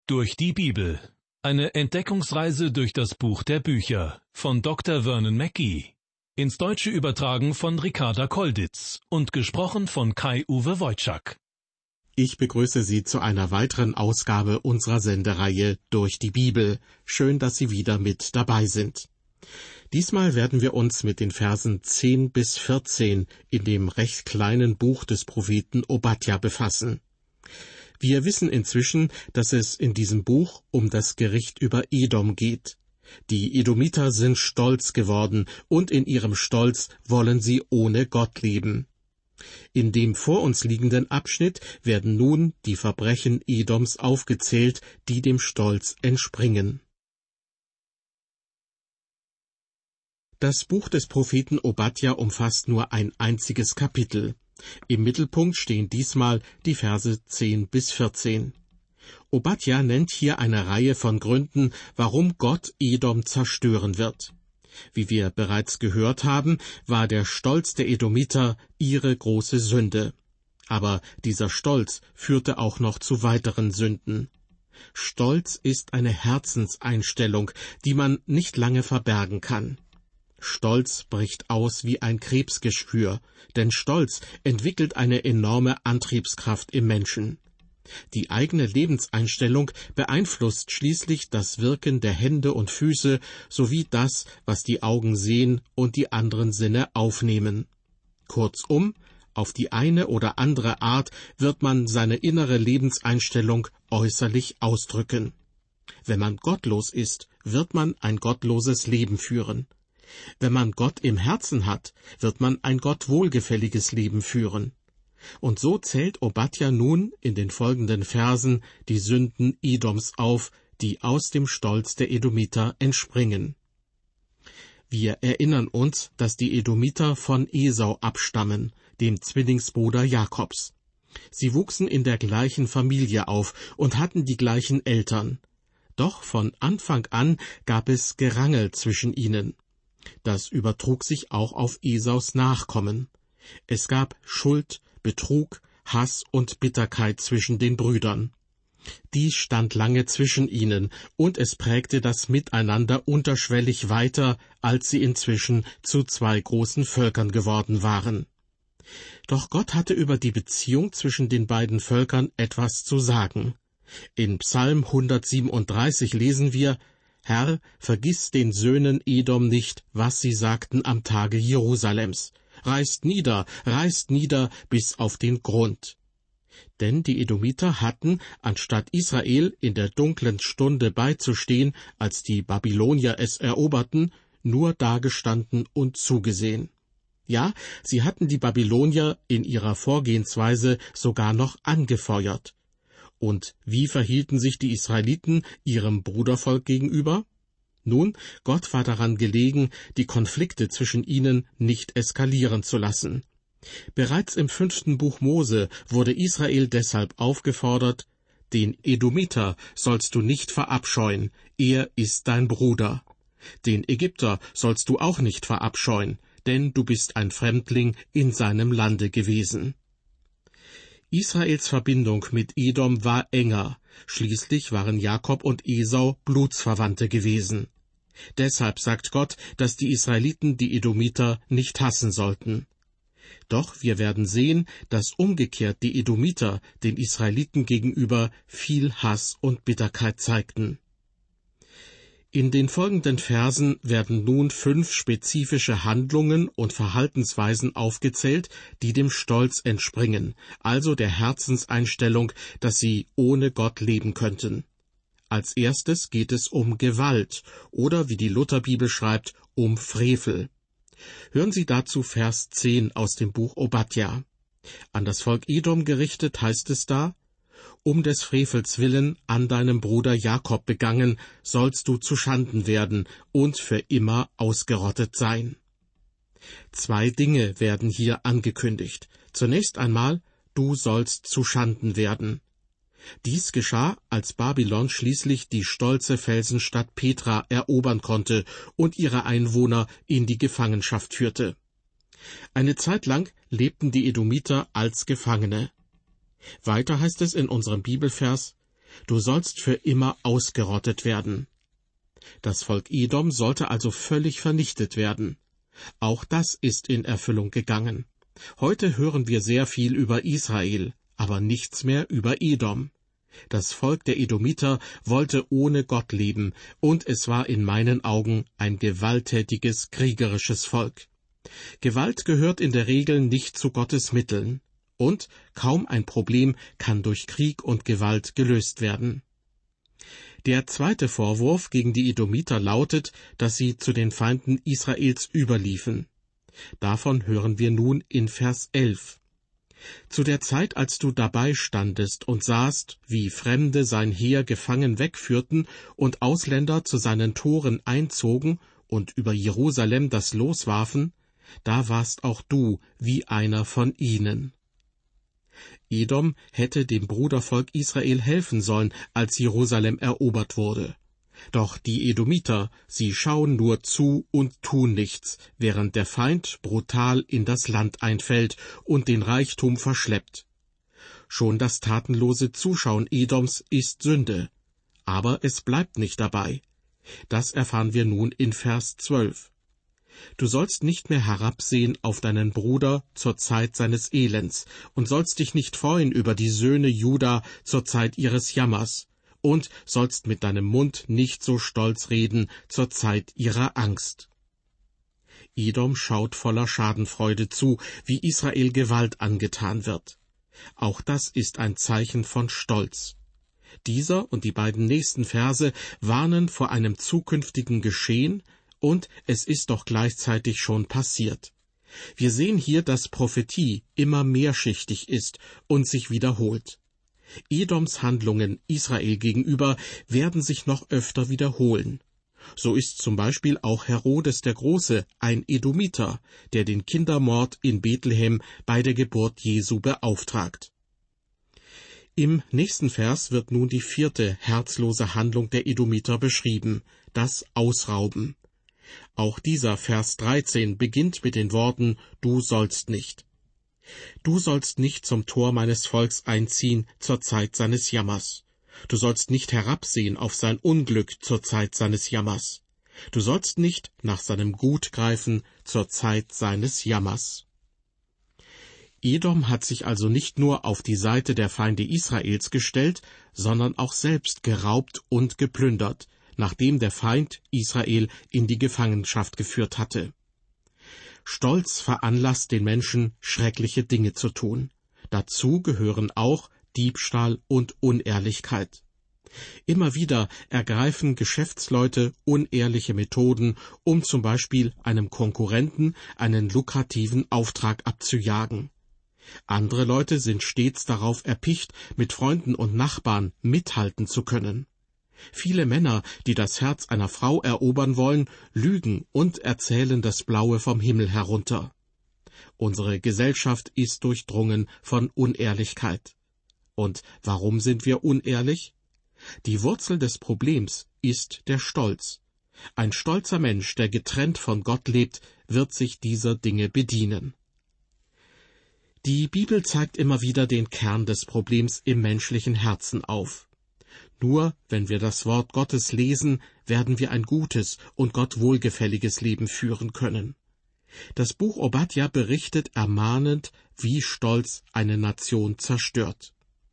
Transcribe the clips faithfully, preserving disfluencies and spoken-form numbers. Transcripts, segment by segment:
Durch die Bibel. Eine Entdeckungsreise durch das Buch der Bücher von Doktor Vernon Mackey. Ins Deutsche übertragen von Ricarda Kolditz und gesprochen von Kai-Uwe Wojczak. Ich begrüße Sie zu einer weiteren Ausgabe unserer Sendereihe Durch die Bibel. Schön, dass Sie wieder mit dabei sind. Diesmal werden wir uns mit den Versen zehn bis vierzehn in dem recht kleinen Buch des Propheten Obadja befassen. Wir wissen inzwischen, dass es in diesem Buch um das Gericht über Edom geht. Die Edomiter sind stolz geworden, und in ihrem Stolz wollen sie ohne Gott leben. In dem vor uns liegenden Abschnitt werden nun die Verbrechen Edoms aufgezählt, die dem Stolz entspringen. Das Buch des Propheten Obadja umfasst nur ein einziges Kapitel. Im Mittelpunkt stehen diesmal die Verse zehn bis vierzehn. Obadja nennt hier eine Reihe von Gründen, warum Gott Edom zerstören wird. Wie wir bereits gehört haben, war der Stolz der Edomiter ihre große Sünde. Aber dieser Stolz führte auch noch zu weiteren Sünden. Stolz ist eine Herzenseinstellung, die man nicht lange verbergen kann. Stolz bricht aus wie ein Krebsgeschwür, denn Stolz entwickelt eine enorme Antriebskraft im Menschen. Die eigene Lebenseinstellung beeinflusst schließlich das Wirken der Hände und Füße sowie das, was die Augen sehen und die anderen Sinne aufnehmen. Kurzum, auf die eine oder andere Art wird man seine innere Lebenseinstellung äußerlich ausdrücken. Wenn man gottlos ist, wird man ein gottloses Leben führen. Wenn man Gott im Herzen hat, wird man ein Gott wohlgefälliges Leben führen. Und so zählt Obadja nun in den folgenden Versen die Sünden Edoms auf, die aus dem Stolz der Edomiter entspringen. Wir erinnern uns, dass die Edomiter von Esau abstammen, dem Zwillingsbruder Jakobs. Sie wuchsen in der gleichen Familie auf und hatten die gleichen Eltern. Doch von Anfang an gab es Gerangel zwischen ihnen. Das übertrug sich auch auf Esaus Nachkommen. Es gab Schuld, Betrug, Hass und Bitterkeit zwischen den Brüdern. Dies stand lange zwischen ihnen, und es prägte das Miteinander unterschwellig weiter, als sie inzwischen zu zwei großen Völkern geworden waren. Doch Gott hatte über die Beziehung zwischen den beiden Völkern etwas zu sagen. In Psalm hundertsiebenunddreißig lesen wir: Herr, vergiss den Söhnen Edom nicht, was sie sagten am Tage Jerusalems. Reißt nieder, reißt nieder bis auf den Grund. Denn die Edomiter hatten, anstatt Israel in der dunklen Stunde beizustehen, als die Babylonier es eroberten, nur dagestanden und zugesehen. Ja, sie hatten die Babylonier in ihrer Vorgehensweise sogar noch angefeuert. Und wie verhielten sich die Israeliten ihrem Brudervolk gegenüber? Nun, Gott war daran gelegen, die Konflikte zwischen ihnen nicht eskalieren zu lassen. Bereits im fünften Buch Mose wurde Israel deshalb aufgefordert: Den Edomiter sollst du nicht verabscheuen, er ist dein Bruder. Den Ägypter sollst du auch nicht verabscheuen, denn du bist ein Fremdling in seinem Lande gewesen. Israels Verbindung mit Edom war enger, schließlich waren Jakob und Esau Blutsverwandte gewesen. Deshalb sagt Gott, dass die Israeliten die Edomiter nicht hassen sollten. Doch wir werden sehen, dass umgekehrt die Edomiter den Israeliten gegenüber viel Hass und Bitterkeit zeigten. In den folgenden Versen werden nun fünf spezifische Handlungen und Verhaltensweisen aufgezählt, die dem Stolz entspringen, also der Herzenseinstellung, dass sie ohne Gott leben könnten. Als erstes geht es um Gewalt oder, wie die Lutherbibel schreibt, um Frevel. Hören Sie dazu Vers zehn aus dem Buch Obadja. An das Volk Edom gerichtet heißt es da: Um des Frevels willen an deinem Bruder Jakob begangen, sollst du zuschanden werden und für immer ausgerottet sein. Zwei Dinge werden hier angekündigt. Zunächst einmal, du sollst zuschanden werden. Dies geschah, als Babylon schließlich die stolze Felsenstadt Petra erobern konnte und ihre Einwohner in die Gefangenschaft führte. Eine Zeit lang lebten die Edomiter als Gefangene. Weiter heißt es in unserem Bibelvers: Du sollst für immer ausgerottet werden. Das Volk Edom sollte also völlig vernichtet werden. Auch das ist in Erfüllung gegangen. Heute hören wir sehr viel über Israel, aber nichts mehr über Edom. Das Volk der Edomiter wollte ohne Gott leben, und es war in meinen Augen ein gewalttätiges, kriegerisches Volk. Gewalt gehört in der Regel nicht zu Gottes Mitteln, und kaum ein Problem kann durch Krieg und Gewalt gelöst werden. Der zweite Vorwurf gegen die Edomiter lautet, dass sie zu den Feinden Israels überliefen. Davon hören wir nun in Vers elf. Zu der Zeit, als du dabei standest und sahst, wie Fremde sein Heer gefangen wegführten und Ausländer zu seinen Toren einzogen und über Jerusalem das Los warfen, da warst auch du wie einer von ihnen. Edom hätte dem Brudervolk Israel helfen sollen, als Jerusalem erobert wurde. Doch die Edomiter, sie schauen nur zu und tun nichts, während der Feind brutal in das Land einfällt und den Reichtum verschleppt. Schon das tatenlose Zuschauen Edoms ist Sünde. Aber es bleibt nicht dabei. Das erfahren wir nun in Vers zwölf. Du sollst nicht mehr herabsehen auf deinen Bruder zur Zeit seines Elends und sollst dich nicht freuen über die Söhne Juda zur Zeit ihres Jammers und sollst mit deinem Mund nicht so stolz reden zur Zeit ihrer Angst. Edom schaut voller Schadenfreude zu, wie Israel Gewalt angetan wird. Auch das ist ein Zeichen von Stolz. Dieser und die beiden nächsten Verse warnen vor einem zukünftigen Geschehen, und es ist doch gleichzeitig schon passiert. Wir sehen hier, dass Prophetie immer mehrschichtig ist und sich wiederholt. Edoms Handlungen Israel gegenüber werden sich noch öfter wiederholen. So ist zum Beispiel auch Herodes der Große ein Edomiter, der den Kindermord in Bethlehem bei der Geburt Jesu beauftragt. Im nächsten Vers wird nun die vierte herzlose Handlung der Edomiter beschrieben, das Ausrauben. Auch dieser Vers dreizehn beginnt mit den Worten, du sollst nicht. Du sollst nicht zum Tor meines Volks einziehen zur Zeit seines Jammers. Du sollst nicht herabsehen auf sein Unglück zur Zeit seines Jammers. Du sollst nicht nach seinem Gut greifen zur Zeit seines Jammers. Edom hat sich also nicht nur auf die Seite der Feinde Israels gestellt, sondern auch selbst geraubt und geplündert, nachdem der Feind Israel in die Gefangenschaft geführt hatte. Stolz veranlasst den Menschen, schreckliche Dinge zu tun. Dazu gehören auch Diebstahl und Unehrlichkeit. Immer wieder ergreifen Geschäftsleute unehrliche Methoden, um zum Beispiel einem Konkurrenten einen lukrativen Auftrag abzujagen. Andere Leute sind stets darauf erpicht, mit Freunden und Nachbarn mithalten zu können. Viele Männer, die das Herz einer Frau erobern wollen, lügen und erzählen das Blaue vom Himmel herunter. Unsere Gesellschaft ist durchdrungen von Unehrlichkeit. Und warum sind wir unehrlich? Die Wurzel des Problems ist der Stolz. Ein stolzer Mensch, der getrennt von Gott lebt, wird sich dieser Dinge bedienen. Die Bibel zeigt immer wieder den Kern des Problems im menschlichen Herzen auf. Nur wenn wir das Wort Gottes lesen, werden wir ein gutes und Gott wohlgefälliges Leben führen können. Das Buch Obadja berichtet ermahnend, wie Stolz eine Nation zerstört.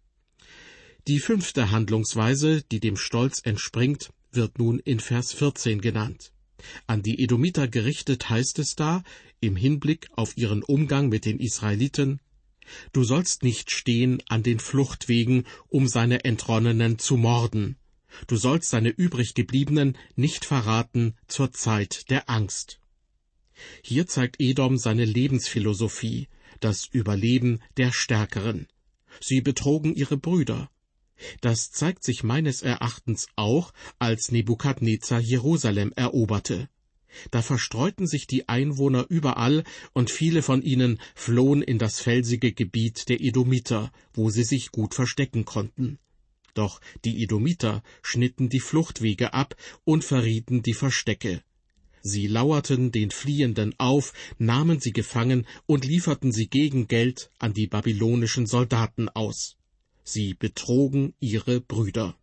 Die fünfte Handlungsweise, die dem Stolz entspringt, wird nun in Vers vierzehn genannt. An die Edomiter gerichtet heißt es da, im Hinblick auf ihren Umgang mit den Israeliten: Du sollst nicht stehen an den Fluchtwegen, um seine Entronnenen zu morden. Du sollst seine übriggebliebenen nicht verraten zur Zeit der Angst. Hier zeigt Edom seine Lebensphilosophie, das Überleben der Stärkeren. Sie betrogen ihre Brüder. Das zeigt sich meines Erachtens auch, als Nebukadnezar Jerusalem eroberte. Da verstreuten sich die Einwohner überall, und viele von ihnen flohen in das felsige Gebiet der Edomiter, wo sie sich gut verstecken konnten. Doch die Edomiter schnitten die Fluchtwege ab und verrieten die Verstecke. Sie lauerten den Fliehenden auf, nahmen sie gefangen und lieferten sie gegen Geld an die babylonischen Soldaten aus. sie betrogen ihre Brüder.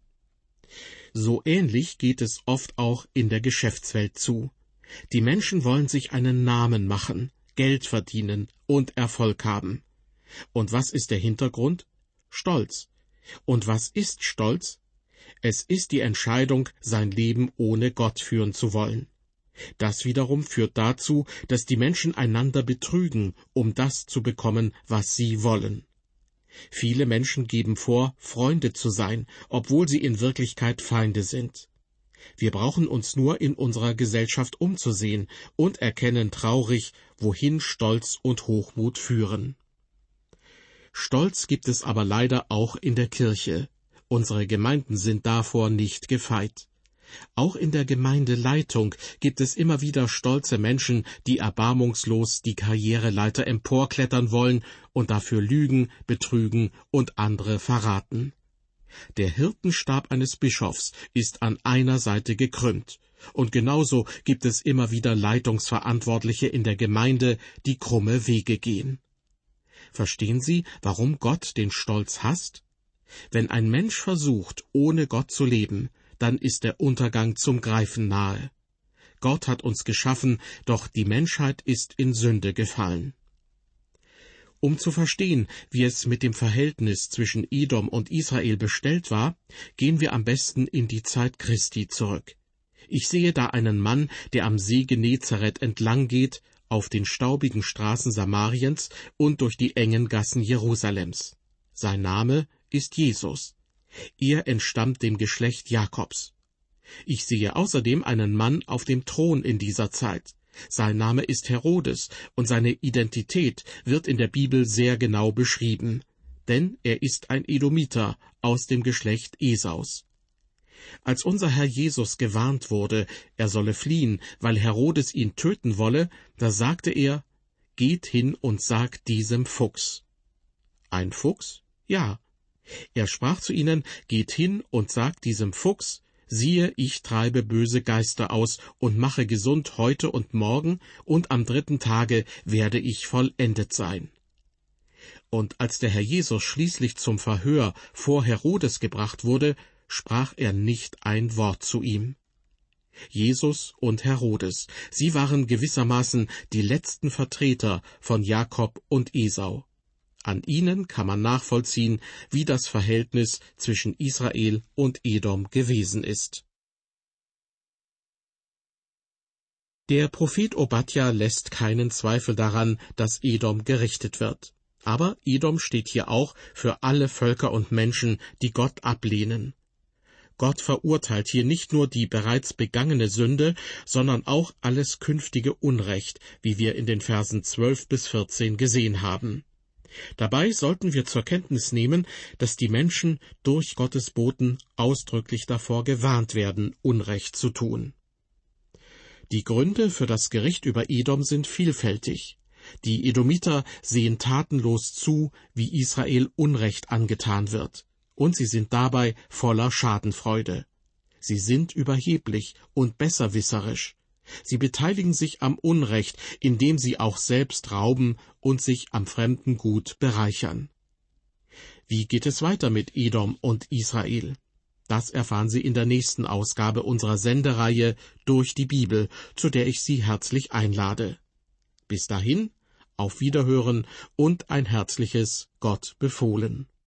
So ähnlich geht es oft auch in der Geschäftswelt zu. Die Menschen wollen sich einen Namen machen, Geld verdienen und Erfolg haben. Und was ist der Hintergrund? Stolz. Und was ist Stolz? Es ist die Entscheidung, sein Leben ohne Gott führen zu wollen. Das wiederum führt dazu, dass die Menschen einander betrügen, um das zu bekommen, was sie wollen. Viele Menschen geben vor, Freunde zu sein, obwohl sie in Wirklichkeit Feinde sind. Wir brauchen uns nur in unserer Gesellschaft umzusehen und erkennen traurig, wohin Stolz und Hochmut führen. Stolz gibt es aber leider auch in der Kirche. Unsere Gemeinden sind davor nicht gefeit. Auch in der Gemeindeleitung gibt es immer wieder stolze Menschen, die erbarmungslos die Karriereleiter emporklettern wollen und dafür lügen, betrügen und andere verraten. Der Hirtenstab eines Bischofs ist an einer Seite gekrümmt, und genauso gibt es immer wieder Leitungsverantwortliche in der Gemeinde, die krumme Wege gehen. Verstehen Sie, warum Gott den Stolz hasst? Wenn ein Mensch versucht, ohne Gott zu leben, dann ist der Untergang zum Greifen nahe. Gott hat uns geschaffen, doch die Menschheit ist in Sünde gefallen. Um zu verstehen, wie es mit dem Verhältnis zwischen Edom und Israel bestellt war, gehen wir am besten in die Zeit Christi zurück. Ich sehe da einen Mann, der am See Genezareth entlang geht, auf den staubigen Straßen Samariens und durch die engen Gassen Jerusalems. Sein Name ist Jesus. Er entstammt dem Geschlecht Jakobs. Ich sehe außerdem einen Mann auf dem Thron in dieser Zeit. Sein Name ist Herodes, und seine Identität wird in der Bibel sehr genau beschrieben, denn er ist ein Edomiter aus dem Geschlecht Esaus. Als unser Herr Jesus gewarnt wurde, er solle fliehen, weil Herodes ihn töten wolle, da sagte er, »Geht hin und sagt diesem Fuchs.« Ein Fuchs? Ja. Er sprach zu ihnen, »Geht hin und sagt diesem Fuchs, siehe, ich treibe böse Geister aus und mache gesund heute und morgen, und am dritten Tage werde ich vollendet sein.« Und als der Herr Jesus schließlich zum Verhör vor Herodes gebracht wurde, sprach er nicht ein Wort zu ihm. Jesus und Herodes, sie waren gewissermaßen die letzten Vertreter von Jakob und Esau. An ihnen kann man nachvollziehen, wie das Verhältnis zwischen Israel und Edom gewesen ist. Der Prophet Obadja lässt keinen Zweifel daran, dass Edom gerichtet wird. Aber Edom steht hier auch für alle Völker und Menschen, die Gott ablehnen. Gott verurteilt hier nicht nur die bereits begangene Sünde, sondern auch alles künftige Unrecht, wie wir in den Versen zwölf bis vierzehn gesehen haben. Dabei sollten wir zur Kenntnis nehmen, dass die Menschen durch Gottes Boten ausdrücklich davor gewarnt werden, Unrecht zu tun. Die Gründe für das Gericht über Edom sind vielfältig. Die Edomiter sehen tatenlos zu, wie Israel Unrecht angetan wird, und sie sind dabei voller Schadenfreude. Sie sind überheblich und besserwisserisch. Sie beteiligen sich am Unrecht, indem sie auch selbst rauben und sich am fremden Gut bereichern. Wie geht es weiter mit Edom und Israel? Das erfahren Sie in der nächsten Ausgabe unserer Sendereihe Durch die Bibel, zu der ich Sie herzlich einlade. Bis dahin, auf Wiederhören und ein herzliches Gott befohlen.